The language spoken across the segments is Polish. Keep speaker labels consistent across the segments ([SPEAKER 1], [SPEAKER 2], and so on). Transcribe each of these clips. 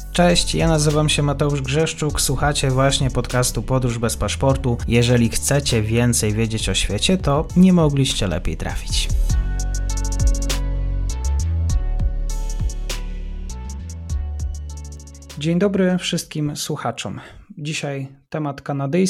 [SPEAKER 1] Cześć, ja nazywam się Mateusz Grzeszczuk, słuchacie właśnie podcastu Podróż bez paszportu. Jeżeli chcecie więcej wiedzieć o świecie, to nie mogliście lepiej trafić. Dzień dobry wszystkim słuchaczom. Dzisiaj temat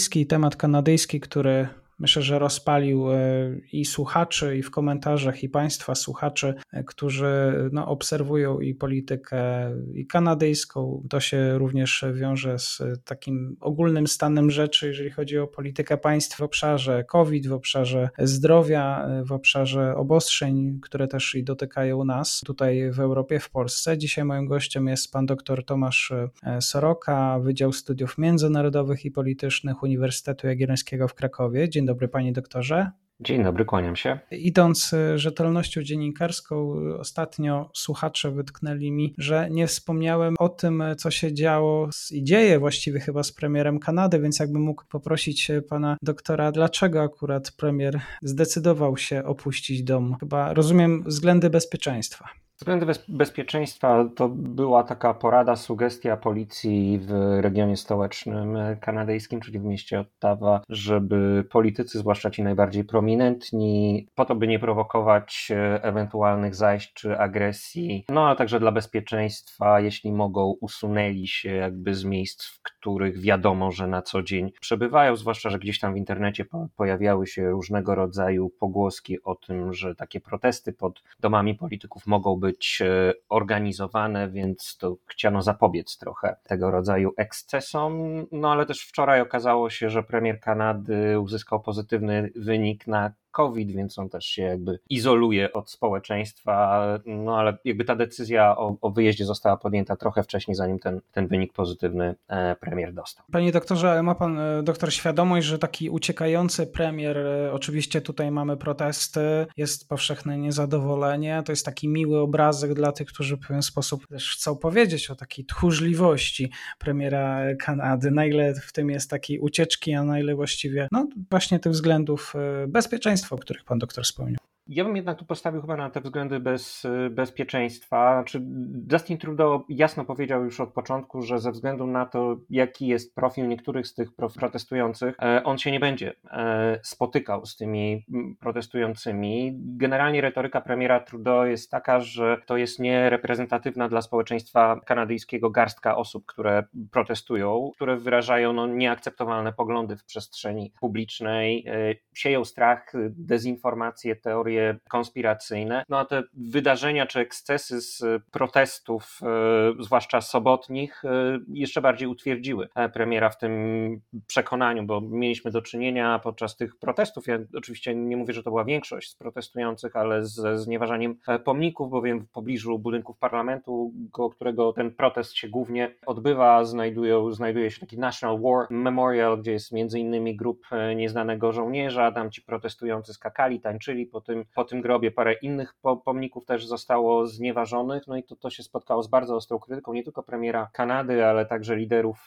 [SPEAKER 1] kanadyjski, który myślę, że rozpalił i słuchaczy, i w komentarzach, i Państwa słuchaczy, którzy obserwują i politykę i kanadyjską. To się również wiąże z takim ogólnym stanem rzeczy, jeżeli chodzi o politykę państw w obszarze COVID, w obszarze zdrowia, w obszarze obostrzeń, które też i dotykają nas tutaj w Europie, w Polsce. Dzisiaj moim gościem jest pan dr Tomasz Soroka, Wydział Studiów Międzynarodowych i Politycznych Uniwersytetu Jagiellońskiego w Krakowie. Dzień dobry, panie doktorze.
[SPEAKER 2] Dzień dobry, kłaniam się.
[SPEAKER 1] Idąc rzetelnością dziennikarską, ostatnio słuchacze wytknęli mi, że nie wspomniałem o tym, co się działo i dzieje właściwie chyba z premierem Kanady, więc jakbym mógł poprosić pana doktora, dlaczego akurat premier zdecydował się opuścić dom? Chyba rozumiem względy bezpieczeństwa.
[SPEAKER 2] Względy bezpieczeństwa to była taka porada, sugestia policji w regionie stołecznym kanadyjskim, czyli w mieście Ottawa, żeby politycy, zwłaszcza ci najbardziej prominentni, po to by nie prowokować ewentualnych zajść czy agresji, a także dla bezpieczeństwa, jeśli mogą, usunęli się jakby z miejsc, w których wiadomo, że na co dzień przebywają, zwłaszcza, że gdzieś tam w internecie pojawiały się różnego rodzaju pogłoski o tym, że takie protesty pod domami polityków mogą być organizowane, więc to chciano zapobiec trochę tego rodzaju ekscesom, ale też wczoraj okazało się, że premier Kanady uzyskał pozytywny wynik na COVID, więc on też się jakby izoluje od społeczeństwa, ale jakby ta decyzja o wyjeździe została podjęta trochę wcześniej, zanim ten wynik pozytywny premier dostał.
[SPEAKER 1] Panie doktorze, ale ma pan doktor świadomość, że taki uciekający premier, oczywiście tutaj mamy protesty, jest powszechne niezadowolenie, to jest taki miły obrazek dla tych, którzy w pewien sposób też chcą powiedzieć o takiej tchórzliwości premiera Kanady, na ile w tym jest takiej ucieczki, a na ile właściwie właśnie tych względów bezpieczeństwa, o których pan doktor wspomniał.
[SPEAKER 2] Ja bym jednak tu postawił chyba na te względy bezpieczeństwa. Justin Trudeau jasno powiedział już od początku, że ze względu na to, jaki jest profil niektórych z tych protestujących, on się nie będzie spotykał z tymi protestującymi. Generalnie retoryka premiera Trudeau jest taka, że to jest niereprezentatywna dla społeczeństwa kanadyjskiego garstka osób, które protestują, które wyrażają nieakceptowalne poglądy w przestrzeni publicznej, sieją strach, dezinformację, teorie konspiracyjne, a te wydarzenia czy ekscesy z protestów, zwłaszcza sobotnich, jeszcze bardziej utwierdziły premiera w tym przekonaniu, bo mieliśmy do czynienia podczas tych protestów, ja oczywiście nie mówię, że to była większość z protestujących, ale ze znieważaniem pomników, bowiem w pobliżu budynków parlamentu, koło którego ten protest się głównie odbywa, znajduje się taki National War Memorial, gdzie jest między innymi grób nieznanego żołnierza, tam ci protestujący skakali, tańczyli po tym grobie, parę innych pomników też zostało znieważonych, i to się spotkało z bardzo ostrą krytyką nie tylko premiera Kanady, ale także liderów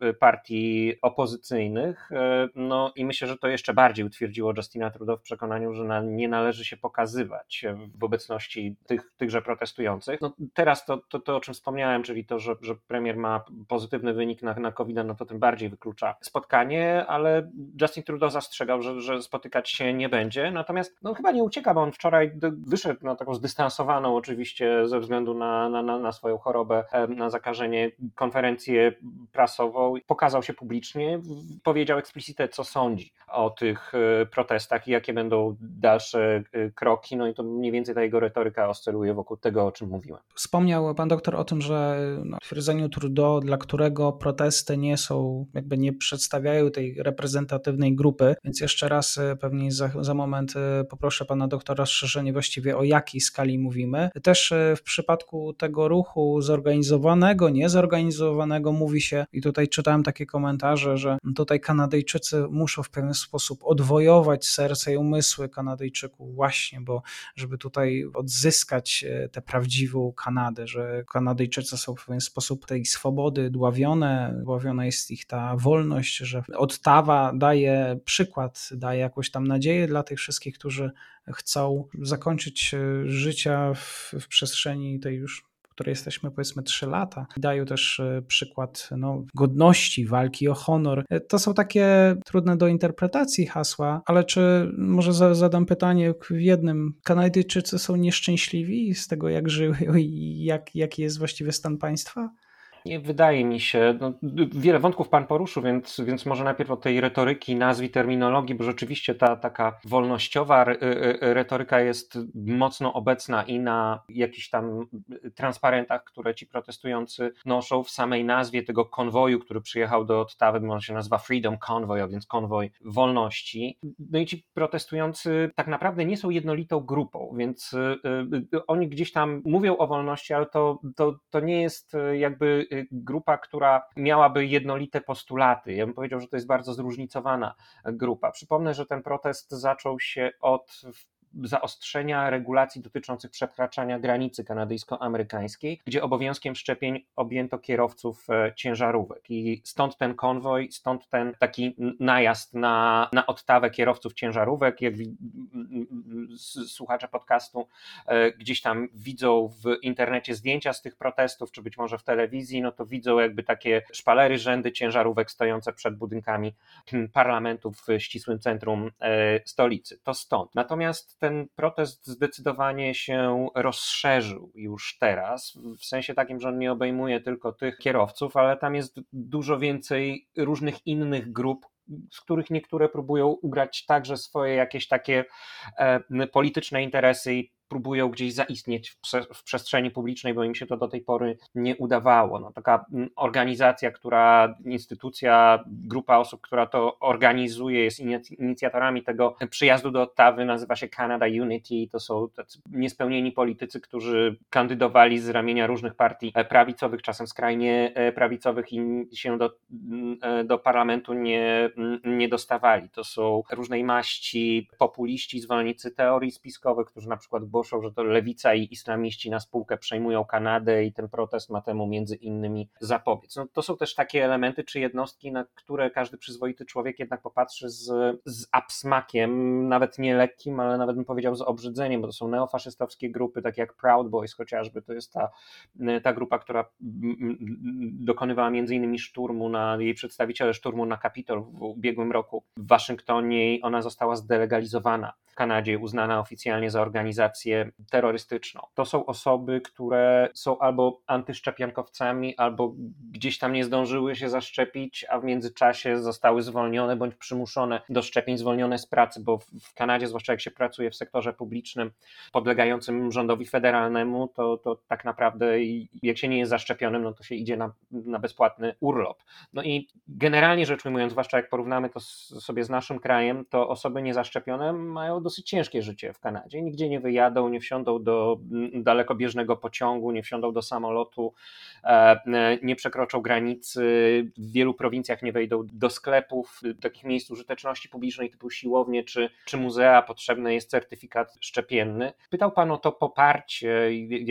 [SPEAKER 2] partii opozycyjnych, i myślę, że to jeszcze bardziej utwierdziło Justina Trudeau w przekonaniu, że nie należy się pokazywać w obecności tychże protestujących. Teraz to o czym wspomniałem, czyli to, że premier ma pozytywny wynik na COVID, to tym bardziej wyklucza spotkanie, ale Justin Trudeau zastrzegał, że spotykać się nie będzie, natomiast chyba nie ucieka, bo on wczoraj wyszedł na taką zdystansowaną oczywiście ze względu na swoją chorobę, na zakażenie, konferencję prasową, pokazał się publicznie, powiedział explicite, co sądzi o tych protestach i jakie będą dalsze kroki, i to mniej więcej ta jego retoryka oscyluje wokół tego, o czym mówiłem.
[SPEAKER 1] Wspomniał pan doktor o tym, że w twierdzeniu Trudeau, dla którego protesty nie przedstawiają tej reprezentatywnej grupy, więc jeszcze raz pewnie za moment poproszę pana doktora o rozszerzenie właściwie, o jakiej skali mówimy. Też w przypadku tego ruchu zorganizowanego, niezorganizowanego mówi się, i tutaj czytałem takie komentarze, że tutaj Kanadyjczycy muszą w pewien sposób odwojować serce i umysły Kanadyjczyków właśnie, bo żeby tutaj odzyskać tę prawdziwą Kanadę, że Kanadyjczycy są w pewien sposób tej swobody dławiona jest ich ta wolność, że Ottawa daje przykład, daje jakąś tam nadzieję dla tych wszystkich, którzy chcą zakończyć życia w przestrzeni tej już której jesteśmy powiedzmy 3 lata, dają też przykład godności, walki o honor. To są takie trudne do interpretacji hasła, ale czy może zadam pytanie w jednym. Kanadyjczycy są nieszczęśliwi z tego, jak żyją i jaki jest właściwie stan państwa?
[SPEAKER 2] Nie wydaje mi się, wiele wątków pan poruszył, więc może najpierw od tej retoryki, nazw i terminologii, bo rzeczywiście ta taka wolnościowa retoryka jest mocno obecna i na jakichś tam transparentach, które ci protestujący noszą, w samej nazwie tego konwoju, który przyjechał do Ottawy, on się nazywa Freedom Convoy, a więc konwoj wolności. No i ci protestujący tak naprawdę nie są jednolitą grupą, więc oni gdzieś tam mówią o wolności, ale to nie jest jakby grupa, która miałaby jednolite postulaty. Ja bym powiedział, że to jest bardzo zróżnicowana grupa. Przypomnę, że ten protest zaczął się od zaostrzenia regulacji dotyczących przekraczania granicy kanadyjsko-amerykańskiej, gdzie obowiązkiem szczepień objęto kierowców ciężarówek i stąd ten konwoj, stąd ten taki najazd na Ottawę kierowców ciężarówek. Jak słuchacze podcastu gdzieś tam widzą w internecie zdjęcia z tych protestów, czy być może w telewizji, no to widzą jakby takie szpalery, rzędy ciężarówek stojące przed budynkami parlamentu w ścisłym centrum stolicy. To stąd. Natomiast ten protest zdecydowanie się rozszerzył już teraz, w sensie takim, że on nie obejmuje tylko tych kierowców, ale tam jest dużo więcej różnych innych grup, z których niektóre próbują ugrać także swoje jakieś takie polityczne interesy i próbują gdzieś zaistnieć w przestrzeni publicznej, bo im się to do tej pory nie udawało. No, taka organizacja, instytucja, grupa osób, która to organizuje, jest inicjatorami tego przyjazdu do Ottawy, nazywa się Canada Unity. To są tacy niespełnieni politycy, którzy kandydowali z ramienia różnych partii prawicowych, czasem skrajnie prawicowych i się do parlamentu nie dostawali. To są różnej maści populiści, zwolennicy teorii spiskowych, którzy na przykład głoszą, że to lewica i islamiści na spółkę przejmują Kanadę i ten protest ma temu między innymi zapobiec. No, to są też takie elementy czy jednostki, na które każdy przyzwoity człowiek jednak popatrzy z absmakiem, nawet nie lekkim, ale nawet bym powiedział z obrzydzeniem, bo to są neofaszystowskie grupy, takie jak Proud Boys chociażby, to jest ta grupa, która dokonywała między innymi jej przedstawiciele szturmu na Kapitol w ubiegłym roku w Waszyngtonie. Ona została zdelegalizowana w Kanadzie, uznana oficjalnie za organizację terrorystyczną. To są osoby, które są albo antyszczepionkowcami, albo gdzieś tam nie zdążyły się zaszczepić, a w międzyczasie zostały zwolnione bądź przymuszone do szczepień, zwolnione z pracy, bo w Kanadzie, zwłaszcza jak się pracuje w sektorze publicznym podlegającym rządowi federalnemu, to tak naprawdę jak się nie jest zaszczepionym, no to się idzie na bezpłatny urlop. No i generalnie rzecz ujmując, zwłaszcza jak porównamy to sobie z naszym krajem, to osoby niezaszczepione mają dosyć ciężkie życie w Kanadzie. Nigdzie nie wyjadą, nie wsiądą do dalekobieżnego pociągu, nie wsiądą do samolotu, nie przekroczą granicy, w wielu prowincjach nie wejdą do sklepów, takich miejsc użyteczności publicznej typu siłownie czy muzea, potrzebny jest certyfikat szczepienny. Pytał pan o to poparcie,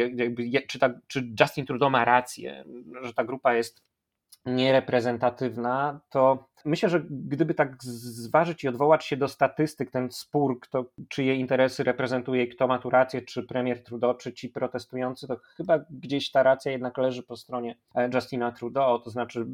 [SPEAKER 2] czy Justin Trudeau ma rację, że ta grupa jest niereprezentatywna, to myślę, że gdyby tak zważyć i odwołać się do statystyk, ten spór, czyje interesy reprezentuje, kto ma tu rację, czy premier Trudeau, czy ci protestujący, to chyba gdzieś ta racja jednak leży po stronie Justina Trudeau, to znaczy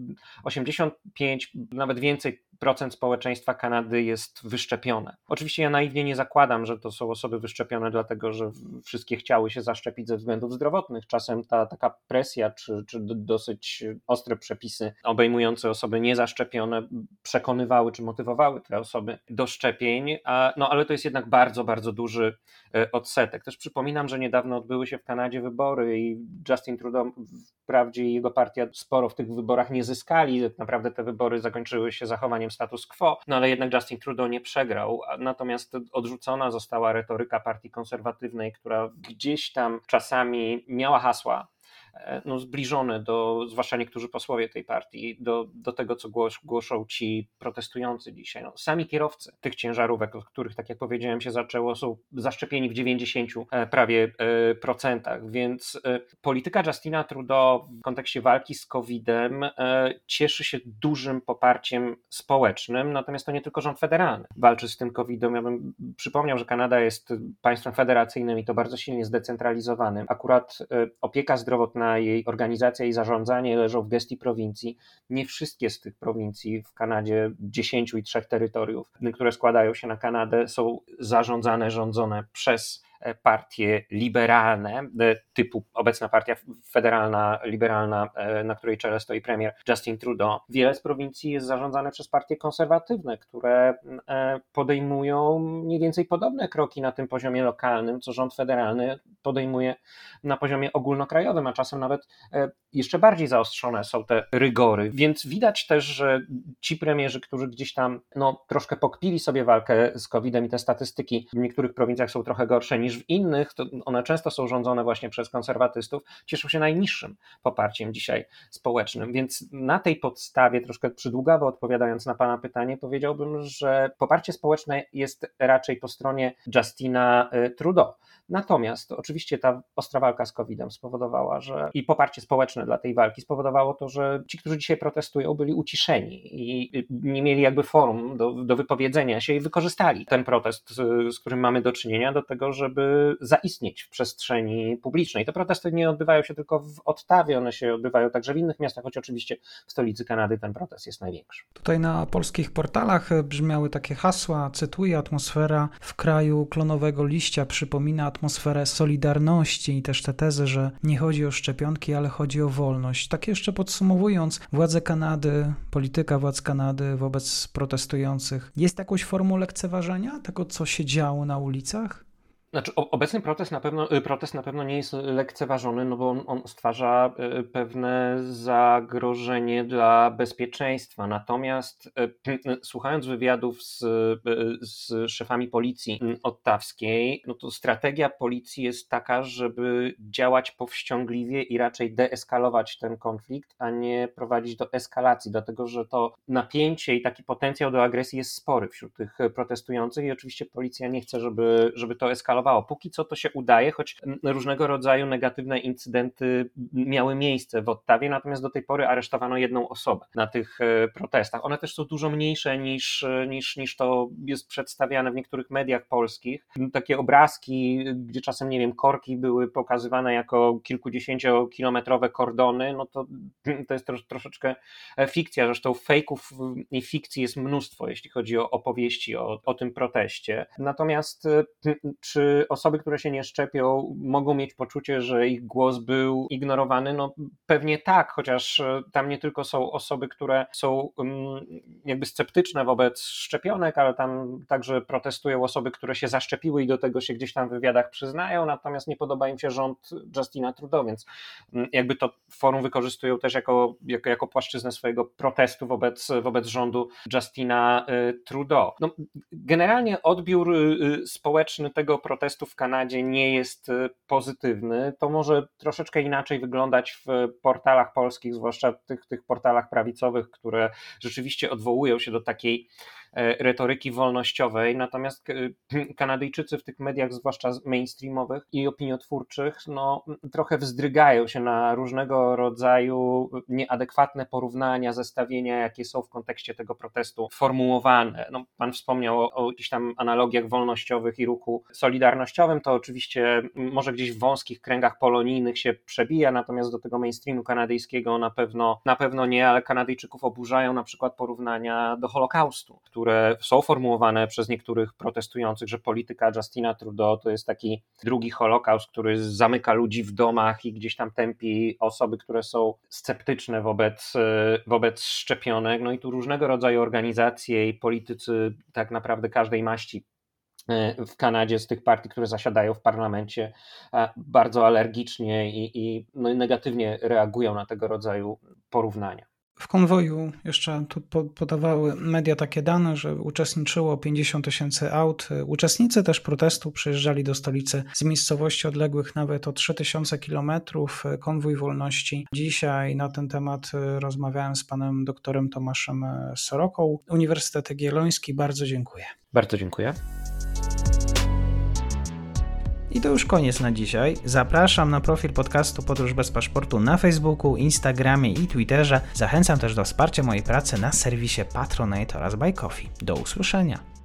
[SPEAKER 2] 85, nawet więcej procent społeczeństwa Kanady jest wyszczepione. Oczywiście ja naiwnie nie zakładam, że to są osoby wyszczepione dlatego, że wszystkie chciały się zaszczepić ze względów zdrowotnych. Czasem taka presja, czy dosyć ostre przepisy obejmujące osoby niezaszczepione przekonywały czy motywowały te osoby do szczepień, ale to jest jednak bardzo, bardzo duży odsetek. Też przypominam, że niedawno odbyły się w Kanadzie wybory i Justin Trudeau, wprawdzie i jego partia sporo w tych wyborach nie zyskali, tak naprawdę te wybory zakończyły się zachowaniem status quo, no ale jednak Justin Trudeau nie przegrał, natomiast odrzucona została retoryka partii konserwatywnej, która gdzieś tam czasami miała hasła zbliżone zwłaszcza niektórzy posłowie tej partii, do tego, co głoszą ci protestujący dzisiaj. Sami kierowcy tych ciężarówek, od których, tak jak powiedziałem, się zaczęło, są zaszczepieni w 90 prawie procentach, więc polityka Justina Trudeau w kontekście walki z COVID-em cieszy się dużym poparciem społecznym, natomiast to nie tylko rząd federalny walczy z tym COVID-em. Ja bym przypomniał, że Kanada jest państwem federacyjnym i to bardzo silnie zdecentralizowanym. Akurat opieka zdrowotna kompletna jej organizacja i zarządzanie leżą w gestii prowincji. Nie wszystkie z tych prowincji w Kanadzie, 10 i 3 terytoriów, które składają się na Kanadę, są zarządzane, rządzone przez partie liberalne, typu obecna partia federalna, liberalna, na której czele stoi premier Justin Trudeau. Wiele z prowincji jest zarządzane przez partie konserwatywne, które podejmują mniej więcej podobne kroki na tym poziomie lokalnym, co rząd federalny podejmuje na poziomie ogólnokrajowym, a czasem nawet jeszcze bardziej zaostrzone są te rygory. Więc widać też, że ci premierzy, którzy gdzieś tam troszkę pokpili sobie walkę z COVID-em i te statystyki w niektórych prowincjach są trochę gorsze niż w innych, to one często są rządzone właśnie przez konserwatystów, cieszą się najniższym poparciem dzisiaj społecznym. Więc na tej podstawie, troszkę przydługawo odpowiadając na pana pytanie, powiedziałbym, że poparcie społeczne jest raczej po stronie Justina Trudeau. Natomiast oczywiście ta ostra walka z COVID-em spowodowała, że i poparcie społeczne dla tej walki spowodowało to, że ci, którzy dzisiaj protestują, byli uciszeni i nie mieli jakby forum do wypowiedzenia się i wykorzystali ten protest, z którym mamy do czynienia, do tego, żeby zaistnieć w przestrzeni publicznej. Te protesty nie odbywają się tylko w Ottawie, one się odbywają także w innych miastach, choć oczywiście w stolicy Kanady ten protest jest największy.
[SPEAKER 1] Tutaj na polskich portalach brzmiały takie hasła, cytuję: atmosfera w kraju klonowego liścia przypomina atmosferę solidarności i też te tezy, że nie chodzi o szczepionki, ale chodzi o wolność. Tak jeszcze podsumowując, władze Kanady, polityka władz Kanady wobec protestujących, jest jakąś formą lekceważenia tego, co się działo na ulicach?
[SPEAKER 2] Znaczy, obecny protest na pewno nie jest lekceważony, no bo on stwarza pewne zagrożenie dla bezpieczeństwa. Natomiast słuchając wywiadów z szefami policji ottawskiej, no to strategia policji jest taka, żeby działać powściągliwie i raczej deeskalować ten konflikt, a nie prowadzić do eskalacji, dlatego że to napięcie i taki potencjał do agresji jest spory wśród tych protestujących i oczywiście policja nie chce, żeby to eskalowało. Póki co to się udaje, choć różnego rodzaju negatywne incydenty miały miejsce w Ottawie, natomiast do tej pory aresztowano 1 osobę na tych protestach. One też są dużo mniejsze niż to jest przedstawiane w niektórych mediach polskich. Takie obrazki, gdzie czasem, nie wiem, korki były pokazywane jako kilkudziesięciokilometrowe kordony, no to jest troszeczkę fikcja. Zresztą fejków i fikcji jest mnóstwo, jeśli chodzi o opowieści o tym proteście. Natomiast czy osoby, które się nie szczepią, mogą mieć poczucie, że ich głos był ignorowany? No pewnie tak, chociaż tam nie tylko są osoby, które są jakby sceptyczne wobec szczepionek, ale tam także protestują osoby, które się zaszczepiły i do tego się gdzieś tam w wywiadach przyznają, natomiast nie podoba im się rząd Justina Trudeau, więc jakby to forum wykorzystują też jako płaszczyznę swojego protestu wobec rządu Justina Trudeau. No, generalnie odbiór społeczny tego protestu w Kanadzie nie jest pozytywny. To może troszeczkę inaczej wyglądać w portalach polskich, zwłaszcza tych portalach prawicowych, które rzeczywiście odwołują się do takiej retoryki wolnościowej, natomiast Kanadyjczycy w tych mediach, zwłaszcza mainstreamowych i opiniotwórczych, no trochę wzdrygają się na różnego rodzaju nieadekwatne porównania, zestawienia, jakie są w kontekście tego protestu formułowane. No, pan wspomniał o jakichś tam analogiach wolnościowych i ruchu solidarnościowym, to oczywiście może gdzieś w wąskich kręgach polonijnych się przebija, natomiast do tego mainstreamu kanadyjskiego na pewno nie, ale Kanadyjczyków oburzają na przykład porównania do Holokaustu, które są formułowane przez niektórych protestujących, że polityka Justina Trudeau to jest taki drugi Holokaust, który zamyka ludzi w domach i gdzieś tam tępi osoby, które są sceptyczne wobec szczepionek. No i tu różnego rodzaju organizacje i politycy tak naprawdę każdej maści w Kanadzie z tych partii, które zasiadają w parlamencie, bardzo alergicznie i negatywnie reagują na tego rodzaju porównania.
[SPEAKER 1] W konwoju jeszcze tu podawały media takie dane, że uczestniczyło 50 000 aut. Uczestnicy też protestu przyjeżdżali do stolicy z miejscowości odległych nawet o 3000 kilometrów. Konwój wolności. Dzisiaj na ten temat rozmawiałem z panem doktorem Tomaszem Soroką, Uniwersytet Jagielloński. Bardzo dziękuję.
[SPEAKER 2] Bardzo dziękuję.
[SPEAKER 1] I to już koniec na dzisiaj. Zapraszam na profil podcastu Podróż bez paszportu na Facebooku, Instagramie i Twitterze. Zachęcam też do wsparcia mojej pracy na serwisie Patronite oraz Buy Coffee. Do usłyszenia.